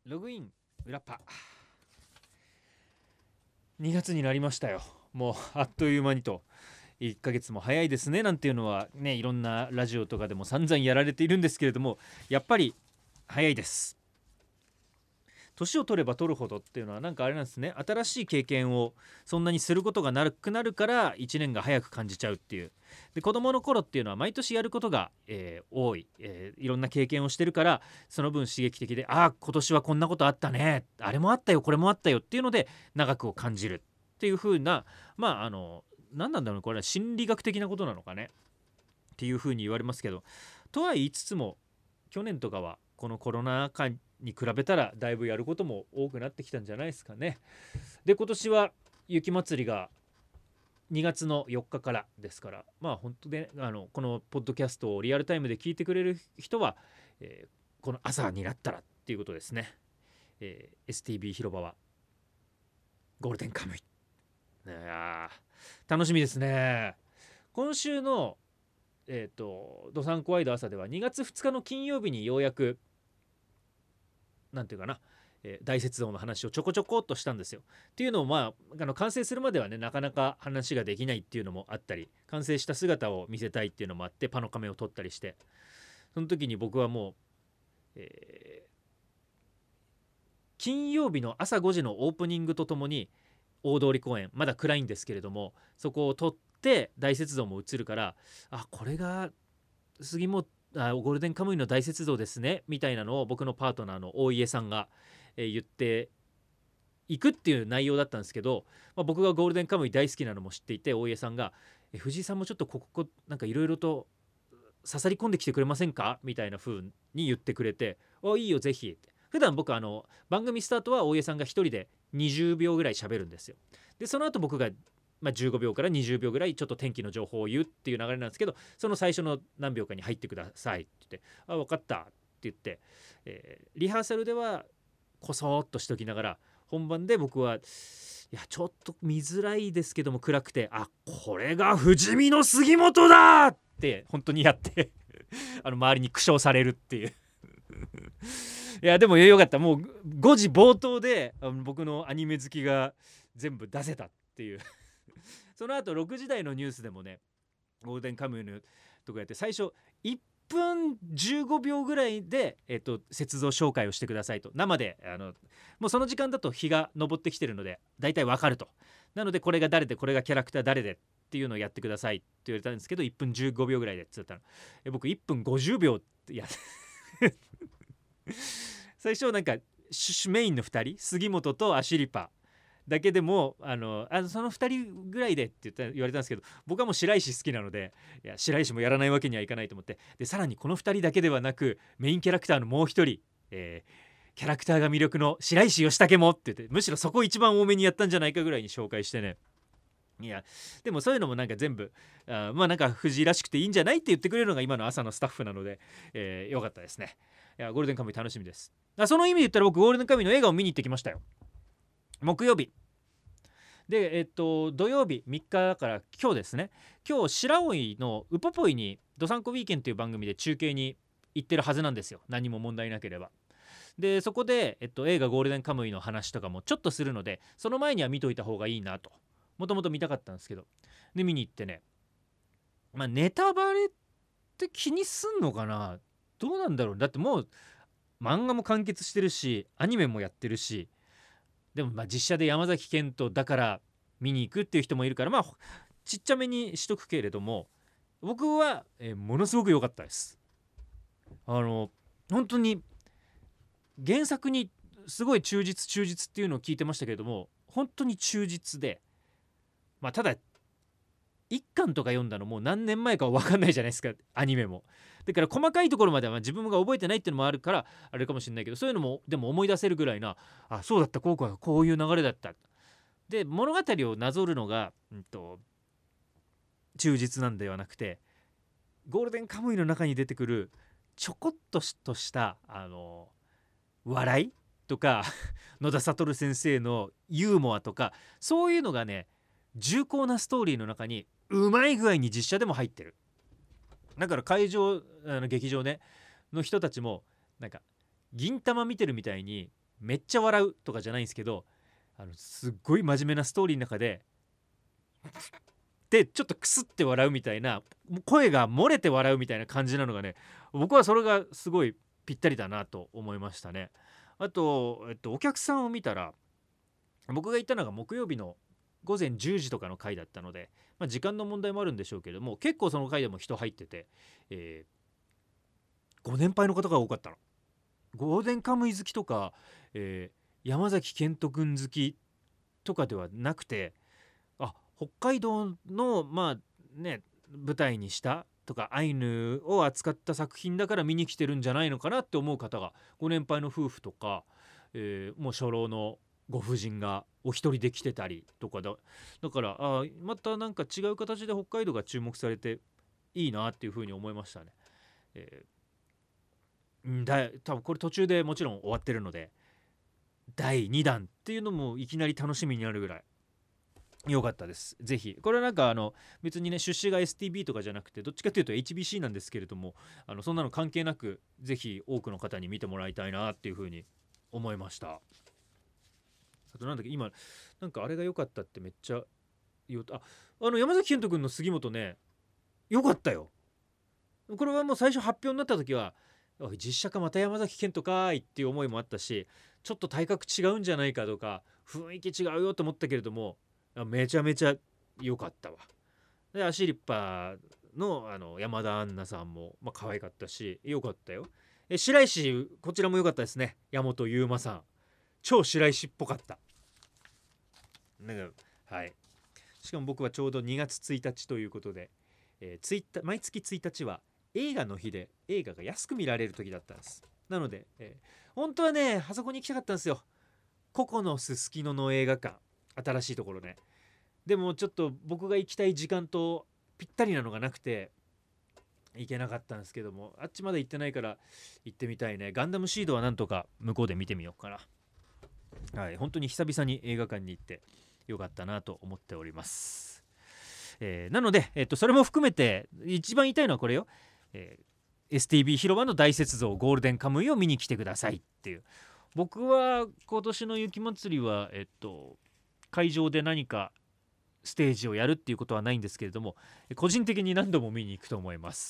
ログイン裏パ2月になりましたよ。もうあっという間にと、1ヶ月も早いですねなんていうのはね、いろんなラジオとかでも散々やられているんですけれども、やっぱり早いです。年を取れば取るほどっていうのはなんかあれなんですね。新しい経験をそんなにすることがなくなるから1年が早く感じちゃうっていう。で、子供の頃っていうのは毎年やることが、多い、いろんな経験をしてるから、その分刺激的で、ああ今年はこんなことあったね、あれもあったよこれもあったよっていうので長くを感じるっていう風な、何なんだろう、これは心理学的なことなのかねっていう風に言われますけど、とは言いつつも去年とかはこのコロナ禍に比べたらだいぶやることも多くなってきたんじゃないですかね。で、今年は雪まつりが2月の4日からですから、本当でこのポッドキャストをリアルタイムで聞いてくれる人は、この朝になったらっていうことですね。STB 広場はゴールデンカムイ、楽しみですね。今週のどさんこワイド朝では2月2日の金曜日にようやくなんていうかな、大雪像の話をちょこちょこっとしたんですよ。っていうのも完成するまではねなかなか話ができないっていうのもあったり、完成した姿を見せたいっていうのもあってパノカメを撮ったりして、その時に僕はもう、金曜日の朝5時のオープニングとともに大通公園まだ暗いんですけれども、そこを撮って大雪像も映るから、これが杉本ゴールデンカムイの大雪像ですねみたいなのを僕のパートナーの大家さんが、言っていくっていう内容だったんですけど、僕がゴールデンカムイ大好きなのも知っていて、大家さんが藤井さんもちょっとここなんかいろいろと刺さり込んできてくれませんかみたいな風に言ってくれて、いいよぜひって。普段僕番組スタートは大家さんが一人で20秒ぐらい喋るんですよ。でその後僕が15秒から20秒ぐらいちょっと天気の情報を言うっていう流れなんですけど、その最初の何秒かに入ってくださいって言って、分かったって言って、リハーサルではこそっとしておきながら、本番で僕はいやちょっと見づらいですけども暗くて、これが不死身の杉本だって本当にやって周りに苦笑されるっていういやでもよかった。もう5時冒頭で僕のアニメ好きが全部出せたっていうその後6時台のニュースでもね、ゴールデンカムイのとかやって、最初1分15秒ぐらいで、雪像紹介をしてくださいと。生でもうその時間だと日が昇ってきてるので大体わかると。なのでこれが誰でこれがキャラクター誰でっていうのをやってくださいって言われたんですけど、1分15秒ぐらいでって言ったの。僕1分50秒って最初なんかメインの2人杉本とアシリパだけでもその2人ぐらいでって言われたんですけど、僕はもう白石好きなので、いや白石もやらないわけにはいかないと思って、でさらにこの2人だけではなくメインキャラクターのもう一人、キャラクターが魅力の白石義武もって言って、むしろそこ一番多めにやったんじゃないかぐらいに紹介してね。いやでもそういうのもなんか全部なんか藤井らしくていいんじゃないって言ってくれるのが今の朝のスタッフなので、よかったですね。いやゴールデンカムイ楽しみです。その意味で言ったら僕ゴールデンカムイの映画を見に行ってきましたよ。木曜日で、土曜日3日から今日ですね。今日白老のウポポイにどさんこウィーケンという番組で中継に行ってるはずなんですよ、何も問題なければ。でそこで、映画ゴールデンカムイの話とかもちょっとするので、その前には見といた方がいいなと、もともと見たかったんですけど、で見に行ってね、ネタバレって気にすんのかな、どうなんだろう。だってもう漫画も完結してるしアニメもやってるし、でも実写で山崎賢人だから見に行くっていう人もいるから、ちっちゃめにしとくけれども、僕は、ものすごく良かったです。本当に原作にすごい忠実っていうのを聞いてましたけれども、本当に忠実で、ただ1巻とか読んだのもう何年前かは分かんないじゃないですか、アニメも。だから細かいところまでは自分が覚えてないっていうのもあるからあれかもしれないけど、そういうのもでも思い出せるぐらいな、そうだった、こういう流れだった。で物語をなぞるのが、忠実なんではなくて、ゴールデンカムイの中に出てくるちょこっとした笑いとか野田悟先生のユーモアとか、そういうのがね重厚なストーリーの中にうまい具合に実写でも入ってる。だから会場劇場ねの人たちもなんか銀玉見てるみたいにめっちゃ笑うとかじゃないんですけど、すっごい真面目なストーリーの中でちょっとクスって笑うみたいな、声が漏れて笑うみたいな感じなのがね、僕はそれがすごいぴったりだなと思いましたね。あと、お客さんを見たら、僕が行ったのが木曜日の午前10時とかの回だったので、時間の問題もあるんでしょうけども、結構その回でも人入ってて、ご年配の方が多かったの。ゴールデンカムイ好きとか、山崎賢人君好きとかではなくて、北海道の舞台にしたとかアイヌを扱った作品だから見に来てるんじゃないのかなって思う方が、ご年配の夫婦とか、もう初老のご婦人がお一人で来てたりとかだからまたなんか違う形で北海道が注目されていいなっていうふうに思いましたね。多分これ途中でもちろん終わってるので、第2弾っていうのもいきなり楽しみになるぐらい良かったです。ぜひこれはなんか別にね出資が STB とかじゃなくて、どっちかというと HBC なんですけれども、そんなの関係なくぜひ多くの方に見てもらいたいなっていうふうに思いました。あとなんだっけ、今なんかあれが良かったってめっちゃ言うと、山崎賢人君の杉本ね、良かったよ。これはもう最初発表になった時は、おい実写化また山崎賢人かーいっていう思いもあったし、ちょっと体格違うんじゃないかとか雰囲気違うよと思ったけれども、めちゃめちゃ良かったわ。でアシリッパの山田杏奈さんも可愛かったし良かったよ。白石こちらも良かったですね。山本優馬さん超白石っぽかった。なんかはい。しかも僕はちょうど2月1日ということで、毎月1日は映画の日で映画が安く見られる時だったんです。なので、本当はねあそこに行きたかったんですよ。ココのすすきのの映画館、新しいところね。でもちょっと僕が行きたい時間とぴったりなのがなくて行けなかったんですけども、あっちまだ行ってないから行ってみたいね。ガンダムシードはなんとか向こうで見てみようかな。はい、本当に久々に映画館に行ってよかったなと思っております。なので、それも含めて一番言いたいのはこれよ。STB 広場の大雪像ゴールデンカムイを見に来てくださいっていう。僕は今年の雪まつりは会場で何かステージをやるっていうことはないんですけれども、個人的に何度も見に行くと思います。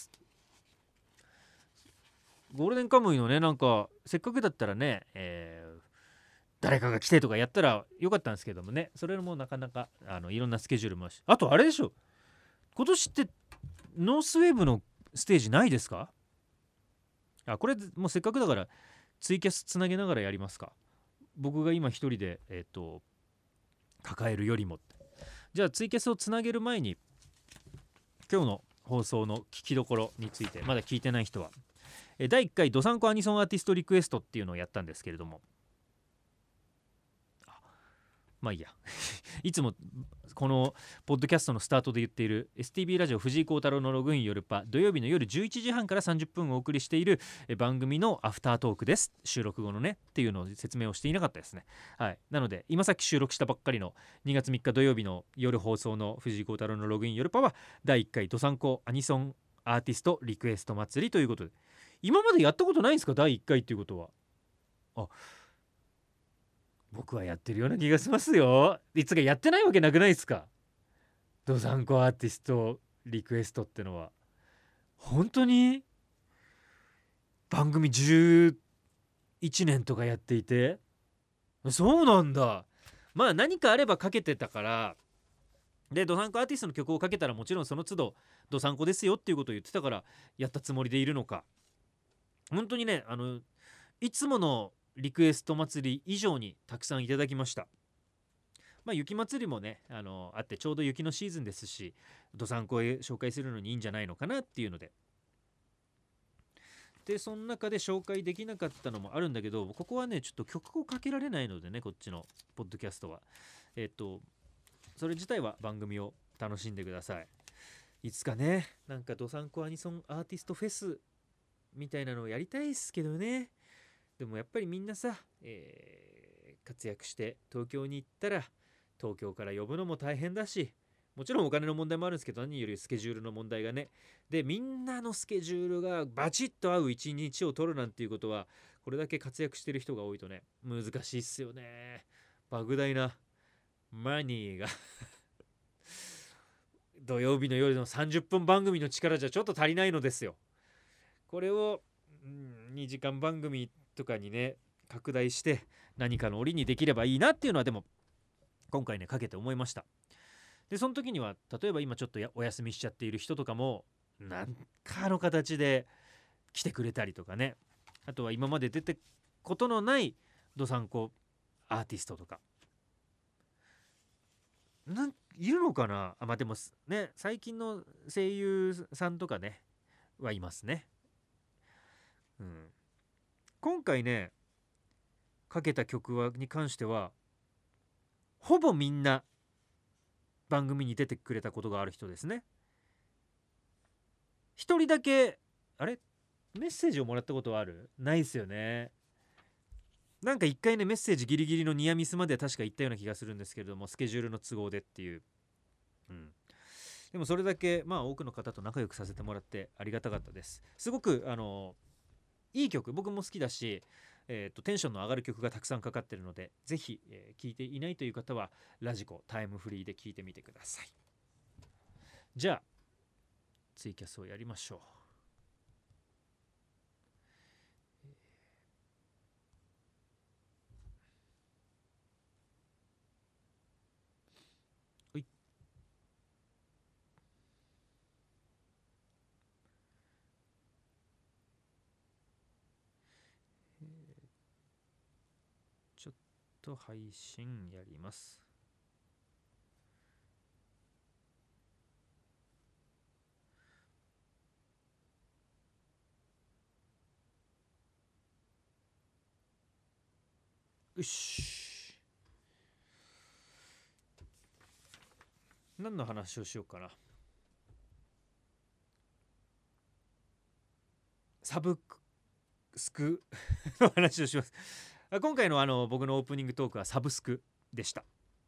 ゴールデンカムイのね、なんかせっかくだったらね、誰かが来てとかやったらよかったんですけどもね、それもなかなかいろんなスケジュールもあとあれでしょ、今年ってノースウェーブのステージないですか？これもうせっかくだからツイキャスつなげながらやりますか。僕が今一人で抱えるよりも。じゃあツイキャスをつなげる前に今日の放送の聞きどころについてまだ聞いてない人は、第1回どさんこアニソンアーティストリクエストっていうのをやったんですけれども、まあいいやいつもこのポッドキャストのスタートで言っている STB ラジオ藤井幸太郎のログイン夜パ、土曜日の夜11時半から30分お送りしている番組のアフタートークです。収録後のねっていうのを説明をしていなかったですね。はい、なので今さっき収録したばっかりの2月3日土曜日の夜放送の藤井幸太郎のログイン夜パは第1回どさんこアニソンアーティストリクエスト祭りということで、今までやったことないんですか？第1回っていうことは。僕はやってるような気がしますよ。いつかやってないわけなくないですか？ドサンコアーティストリクエストってのは本当に番組11年とかやっていて、そうなんだ。まあ何かあればかけてたから、でドサンコアーティストの曲をかけたらもちろんその都度ドサンコですよっていうことを言ってたからやったつもりでいるのか、本当にねいつものリクエスト祭り以上にたくさんいただきました。雪祭りもねあってちょうど雪のシーズンですし、どさんこへ紹介するのにいいんじゃないのかなっていうので、その中で紹介できなかったのもあるんだけど、ここはねちょっと曲をかけられないのでね、こっちのポッドキャストはそれ自体は番組を楽しんでください。いつかねなんかどさんこアニソンアーティストフェスみたいなのをやりたいっすけどね。でもやっぱりみんなさ、活躍して東京に行ったら東京から呼ぶのも大変だし、もちろんお金の問題もあるんですけど、何よりスケジュールの問題がね。でみんなのスケジュールがバチッと合う一日を取るなんていうことはこれだけ活躍してる人が多いとね、難しいっすよね。莫大なマニーが土曜日の夜の30分番組の力じゃちょっと足りないのですよ。これを、2時間番組とかにね拡大して何かの折にできればいいなっていうのはでも今回ねかけて思いました。でその時には例えば今ちょっとお休みしちゃっている人とかも何かの形で来てくれたりとかね、あとは今まで出てことのないどさんこアーティストとかいるのかなあ。まあでもね、最近の声優さんとかねはいますね。今回ねかけた曲に関してはほぼみんな番組に出てくれたことがある人ですね。一人だけあれメッセージをもらったことはある？ないですよね。なんか一回ねメッセージギリギリのニアミスまでは確か行ったような気がするんですけれども、スケジュールの都合でっていう、でもそれだけ多くの方と仲良くさせてもらってありがたかったです。すごくいい曲、僕も好きだし、テンションの上がる曲がたくさんかかってるので、ぜひ、聴いていないという方はラジコタイムフリーで聴いてみてください。じゃあツイキャスをやりましょう。ちょっと配信やります。よし、何の話をしようかな。サブスクの話をします。今回の僕のオープニングトークはサブスクでした。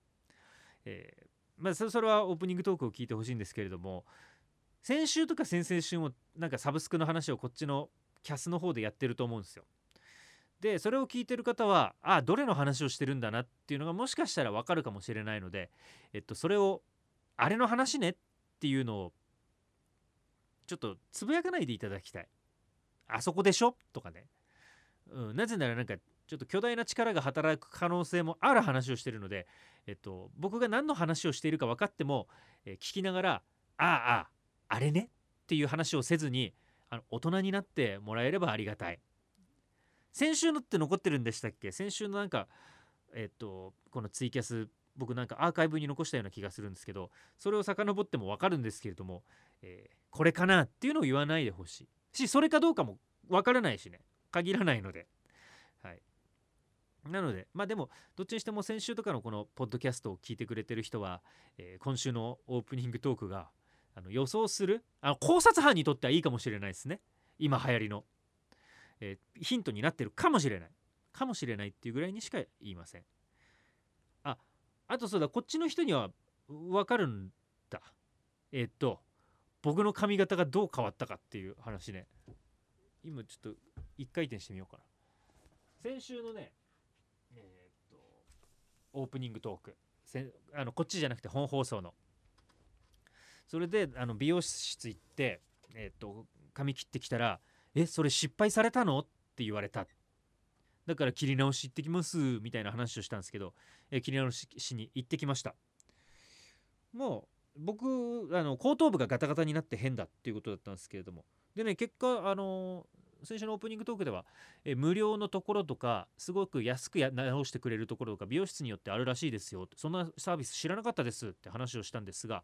それはオープニングトークを聞いてほしいんですけれども、先週とか先々週もなんかサブスクの話をこっちのキャスの方でやってると思うんですよ。でそれを聞いてる方はどれの話をしてるんだなっていうのがもしかしたらわかるかもしれないので、それをあれの話ねっていうのをちょっとつぶやかないでいただきたい。あそこでしょとかね、なぜならなんかちょっと巨大な力が働く可能性もある話をしているので、僕が何の話をしているか分かっても、聞きながらあれねっていう話をせずに大人になってもらえればありがたい。先週のって残ってるんでしたっけ？先週のなんかこのツイキャス僕なんかアーカイブに残したような気がするんですけど、それを遡っても分かるんですけれども、これかなっていうのを言わないでほしいし、それかどうかも分からないしね、限らないので、はい。なのででもどっちにしても先週とかのこのポッドキャストを聞いてくれてる人は、今週のオープニングトークが予想する考察班にとってはいいかもしれないですね。今流行りの、ヒントになってるかもしれないっていうぐらいにしか言いません。あとそうだ、こっちの人には分かるんだ。僕の髪型がどう変わったかっていう話ね。今ちょっと一回転してみようかな。先週のねオープニングトークこっちじゃなくて本放送のそれで美容室行って髪切ってきたらそれ失敗されたのって言われた。だから切り直し行ってきますみたいな話をしたんですけど、切り直しに行ってきました。もう僕後頭部がガタガタになって変だっていうことだったんですけれども、でね結果先週のオープニングトークでは、無料のところとかすごく安く直してくれるところとか美容室によってあるらしいですよ、そんなサービス知らなかったですって話をしたんですが、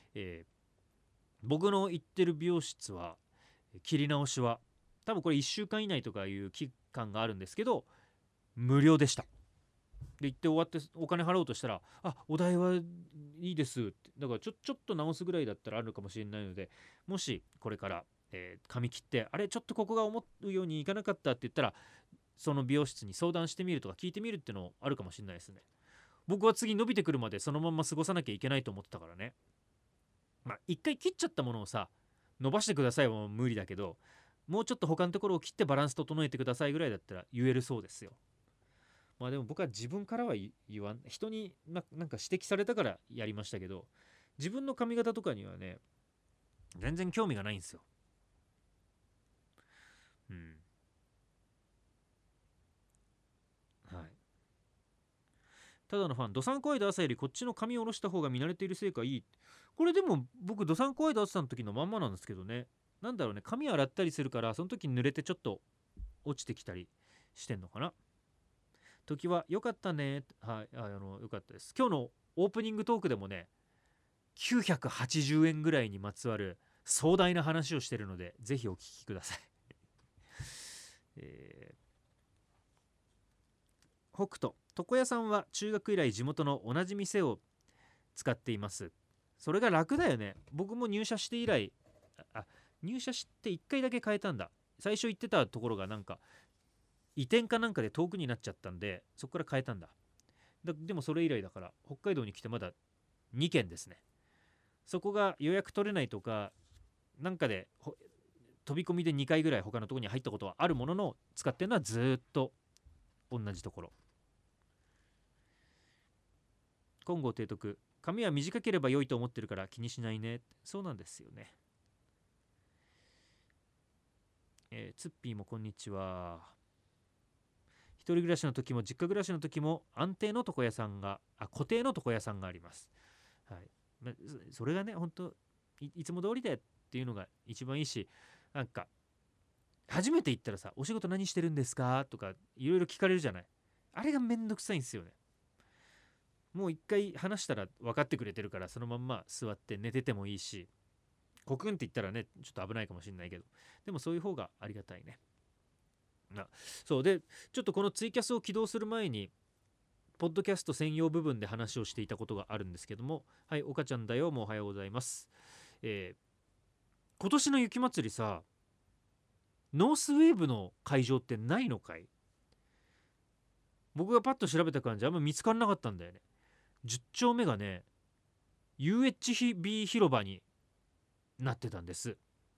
僕の行ってる美容室は切り直しは多分これ1週間以内とかいう期間があるんですけど無料でした。で行って終わってお金払おうとしたらお代はいいですって、だからちょっと直すぐらいだったらあるかもしれないので、もしこれから髪切ってちょっとここが思うようにいかなかったって言ったらその美容室に相談してみるとか聞いてみるっていうのあるかもしれないですね。僕は次伸びてくるまでそのまま過ごさなきゃいけないと思ってたからね。一回切っちゃったものをさ伸ばしてくださいは無理だけど、 もうちょっと他のところを切ってバランス整えてくださいぐらいだったら言えるそうですよ。まあでも僕は自分からは言わん、人になんか指摘されたからやりましたけど、自分の髪型とかにはね全然興味がないんですよ。うん。はい。ただのファン、ドサンコアイド朝よりこっちの髪を下ろした方が見慣れているせいかいい。これでも僕ドサンコアイド朝の時のまんまなんですけどね。なんだろうね、髪洗ったりするからその時に濡れてちょっと落ちてきたりしてんのかな。時は良かったね。はい、良かったです。今日のオープニングトークでもね、980円ぐらいにまつわる壮大な話をしてるので、ぜひお聞きください。北斗、床屋さんは中学以来地元の同じ店を使っています。それが楽だよね。僕も入社して以来、入社して1回だけ変えたんだ。最初行ってたところがなんか移転かなんかで遠くになっちゃったんで、そこから変えたんだ。でもそれ以来だから北海道に来てまだ2軒ですね。そこが予約取れないとかなんかで飛び込みで2回ぐらい他のところに入ったことはあるものの、使ってるのはずっと同じところ。金剛提督、髪は短ければ良いと思ってるから気にしないね。そうなんですよね。ツッピーもこんにちは。一人暮らしの時も実家暮らしの時も安定の床屋さんが固定の床屋さんがあります。はい。それがね、本当 いつも通りでっていうのが一番いいし、なんか初めて行ったらさ、お仕事何してるんですかとかいろいろ聞かれるじゃない。あれがめんどくさいんですよね。もう一回話したら分かってくれてるから、そのまんま座って寝ててもいいし、コクンって言ったらねちょっと危ないかもしれないけど、でもそういう方がありがたいね。そうで、ちょっとこのツイキャスを起動する前にポッドキャスト専用部分で話をしていたことがあるんですけども、はい、岡ちゃんだよ、もうおはようございます。今年の雪まつりさ、ノースウェーブの会場ってないのかい？僕がパッと調べた感じあんま見つからなかったんだよね。10丁目がね UHB 広場になってたんです。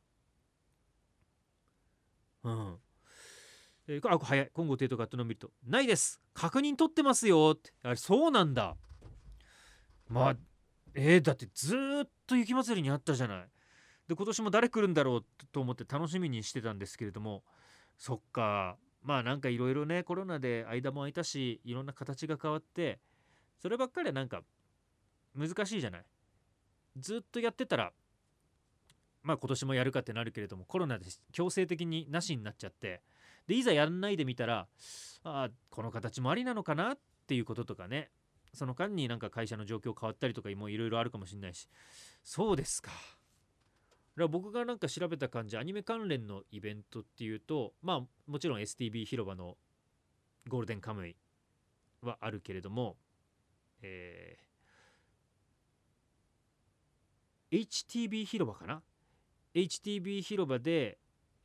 うん。早い。今後テイトがとの見るとないです、確認取ってますよって。あれそうなんだ。まあだってずっと雪まつりにあったじゃない。で今年も誰来るんだろうと思って楽しみにしてたんですけれども、そっか、まあなんかいろいろね、コロナで間も空いたしいろんな形が変わって、そればっかりはなんか難しいじゃない。ずっとやってたらまあ今年もやるかってなるけれども、コロナで強制的になしになっちゃって、でいざやんないでみたら、この形もありなのかなっていうこととかね、その間になんか会社の状況変わったりとかもいろいろあるかもしれないし。そうですか。だから僕がなんか調べた感じ、アニメ関連のイベントっていうと、まあもちろん STB 広場のゴールデンカムイはあるけれども、HTB 広場かな。 HTB 広場で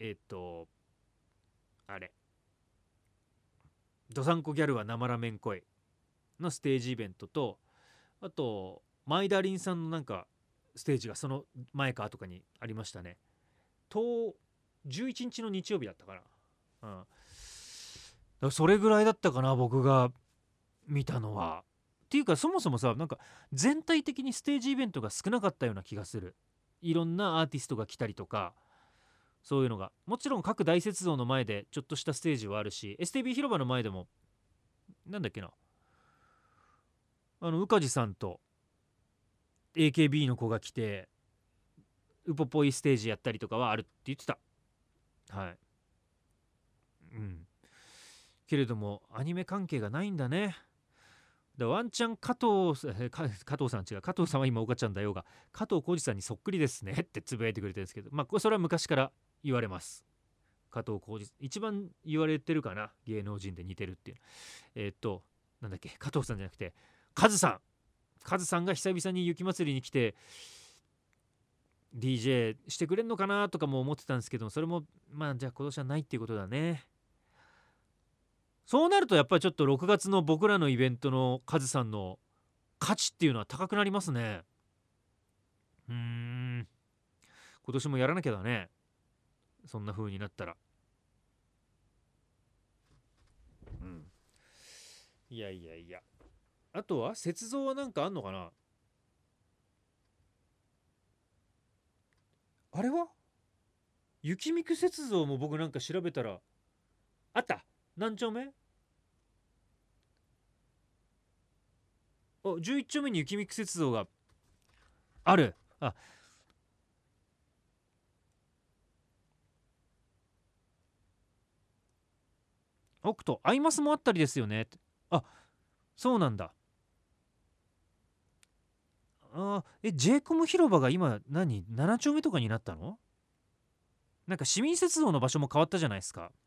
あれどさんこギャルは生ラーメン恋のステージイベントと、あとマイダリンさんのなんかステージがその前かとかにありましたね。11日の日曜日だったかな。うん、それぐらいだったかな、僕が見たのは。っていうかそもそもさ、なんか全体的にステージイベントが少なかったような気がする。いろんなアーティストが来たりとか、そういうのがもちろん各大雪像の前でちょっとしたステージはあるし、 STB 広場の前でもなんだっけな、宇梶さんと AKB の子が来てウポポイステージやったりとかはあるって言ってた。はい。うん。けれどもアニメ関係がないんだね。ワンチャン加藤さん違う、加藤さんは今岡ちゃんだよが加藤浩次さんにそっくりですねってつぶやいてくれてるんですけど、まあこれそれは昔から言われます。加藤浩次一番言われてるかな、芸能人で似てるっていう。なんだっけ、加藤さんじゃなくてカズさんが久々に雪まつりに来て DJ してくれんのかなとかも思ってたんですけど、それもまあじゃあ今年はないっていうことだね。そうなるとやっぱりちょっと6月の僕らのイベントのカズさんの価値っていうのは高くなりますね。今年もやらなきゃだね。 そんな風になったら。うん。いやいやいや。あとは雪像はなんかあんのかな。あれは雪見区雪像も僕なんか調べたらあった。何丁目？あ、11丁目に雪見区雪像がある。あ、奥とアイマスもあったりですよね。あ、そうなんだ。ジェイコム広場が今7丁目とかになったの？なんか市民雪像の場所も変わったじゃないですか。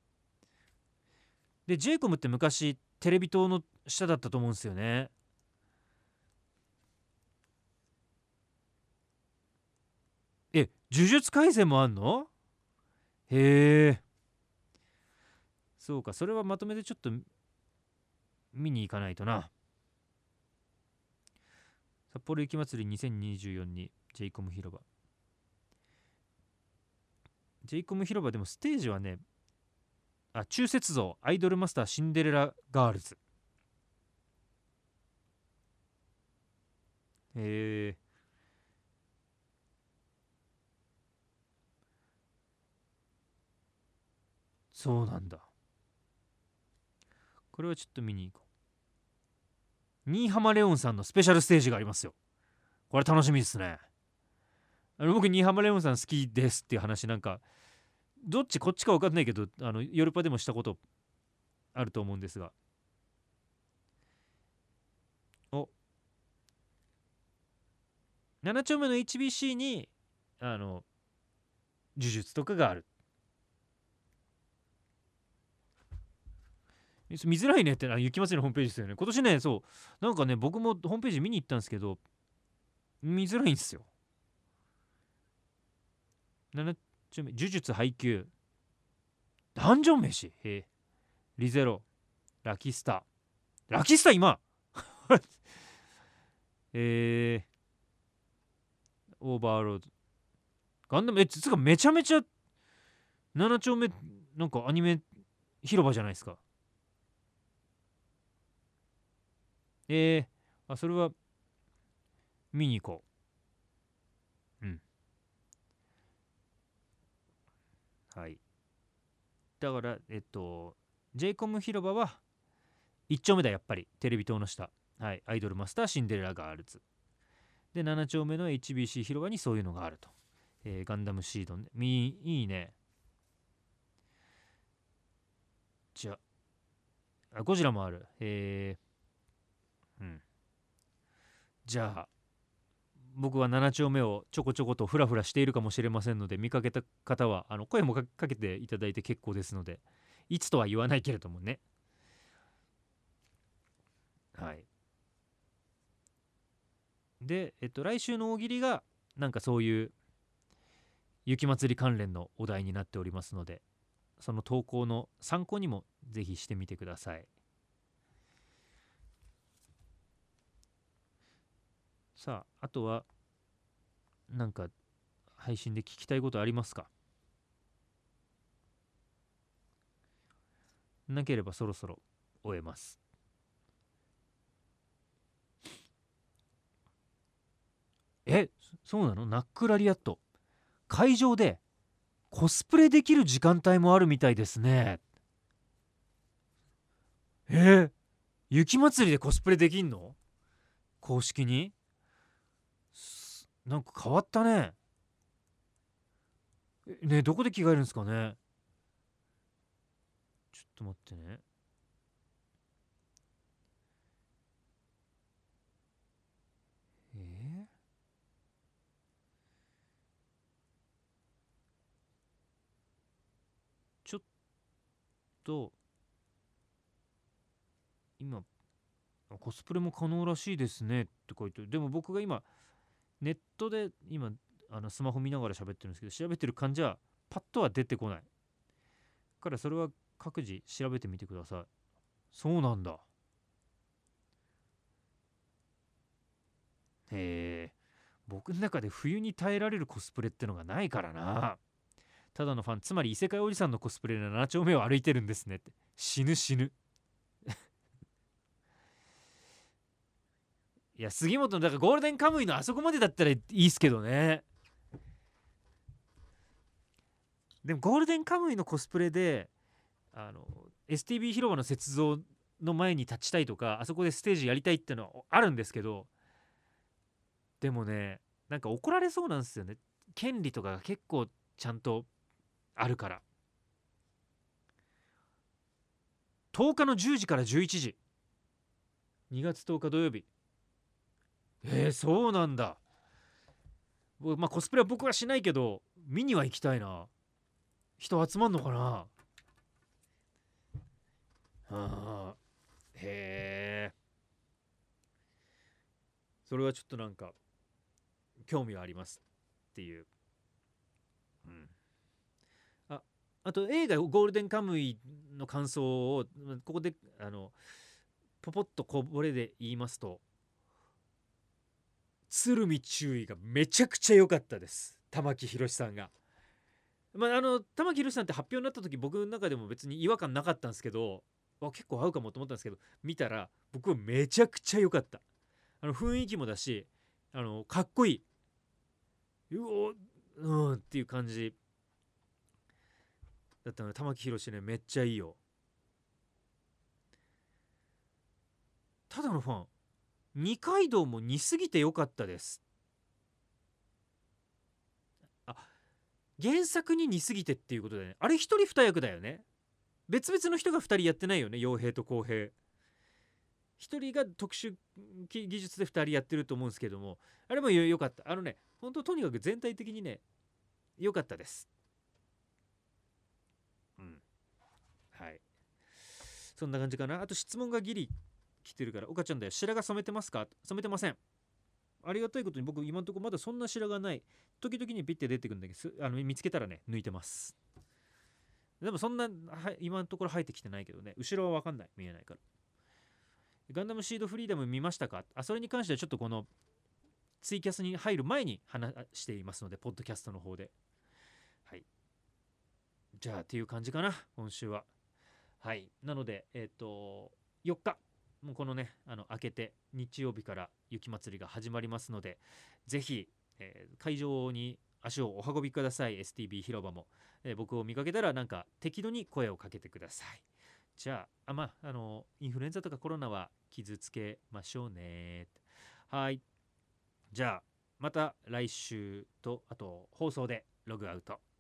で、ジェイコムって昔テレビ塔の下だったと思うんですよね。呪術廻戦もあんの？へえ。そうか、それはまとめてちょっと見に行かないとな。札幌雪まつり2024にジェイコム広場。ジェイコム広場でもステージはね、中雪像アイドルマスターシンデレラガールズ。へえ。そうなんだ。これはちょっと見に行こう。新浜レオンさんのスペシャルステージがありますよ。これ楽しみですね。僕新浜レオンさん好きですっていう話、なんかどっちこっちか分かんないけど、ヨルパでもしたことあると思うんですが。お、7丁目の HBC に呪術とかがある。見づらいねって雪まつりのホームページですよね。今年ね、そうなんかね、僕もホームページ見に行ったんですけど、見づらいんですよ。7丁目呪術配給ダンジョン飯、リゼロ、ラキスタ、今オーバーロード、ガンダム、つかめちゃめちゃ7丁目なんかアニメ広場じゃないですか。それは見に行こう。うん。はい。だから、j イコム広場は1丁目だ、やっぱり。テレビ塔の下。はい。アイドルマスターシンデレラガールズ。で、7丁目の HBC 広場にそういうのがあると。ガンダムシードね。いいね。じゃあ、ゴジラもある。うん。じゃあ、僕は7丁目をちょこちょことフラフラしているかもしれませんので、見かけた方は声もかけていただいて結構ですので、いつとは言わないけれどもね。はい。で、来週の大喜利がなんかそういう雪まつり関連のお題になっておりますので、その投稿の参考にもぜひしてみてください。さあ、あとはなんか配信で聞きたいことありますか？なければそろそろ終えます。そうなの？ナックラリアット会場でコスプレできる時間帯もあるみたいですね。雪まつりでコスプレできんの？公式に？なんか変わったね。ね、どこで着替えるんですかね。ちょっと待ってね。えー、ちょっと今コスプレも可能らしいですねって書いてる。でも僕が今ネットで今スマホ見ながら喋ってるんですけど、調べてる感じはパッとは出てこないからそれは各自調べてみてください。そうなんだ。へえ。僕の中で冬に耐えられるコスプレってのがないからな。 ただのファン、つまり異世界おじさんのコスプレで7丁目を歩いてるんですねって。死ぬ死ぬ。いや杉本のだからゴールデンカムイのあそこまでだったらいいっすけどね。でもゴールデンカムイのコスプレでSTB 広場の雪像の前に立ちたいとか、あそこでステージやりたいっていうのはあるんですけど、でもね、なんか怒られそうなんですよね。権利とかが結構ちゃんとあるから。10日の10時から11時、2月10日土曜日。そうなんだ。まあコスプレは僕はしないけど見には行きたいな。人集まんのかな。はあ、へえ、それはちょっとなんか興味はありますっていう、うん、あと映画「ゴールデンカムイ」の感想をここでポポッとこぼれで言いますと、鶴見中尉がめちゃくちゃ良かったです。玉木宏さんが。玉木宏さんって発表になった時僕の中でも別に違和感なかったんですけど、結構合うかもと思ったんですけど、見たら僕はめちゃくちゃ良かった。雰囲気もだし、かっこいい、っていう感じだったので、玉木宏ねめっちゃいいよ。ただのファン、二階堂も似すぎて良かったです。原作に似すぎてっていうことでね、あれ一人二役だよね。別々の人が2人やってないよね。傭兵と公平、1人が特殊技術で2人やってると思うんですけども、あれも良かった。本当とにかく全体的にね良かったです。はい、そんな感じかな。あと質問がギリ来てるから、岡ちゃんだよ、白髪染めてますか？染めてません。ありがたいことに僕今のところまだそんな白髪ない。時々にピッて出てくるんだけど、見つけたらね抜いてます。でもそんな今のところ生えてきてないけどね、後ろは分かんない、見えないから。ガンダムシードフリーダム見ましたか？それに関してはちょっとこのツイキャスに入る前に話していますので、ポッドキャストの方で。はい、じゃあっていう感じかな今週は。はい、なので4日、もうこのね明けて日曜日から雪まつりが始まりますので、ぜひ、会場に足をお運びください。 STB 広場も、僕を見かけたらなんか適度に声をかけてください。じゃあインフルエンザとかコロナは傷つけましょうね。はい、じゃあまた来週とあと放送でログアウト。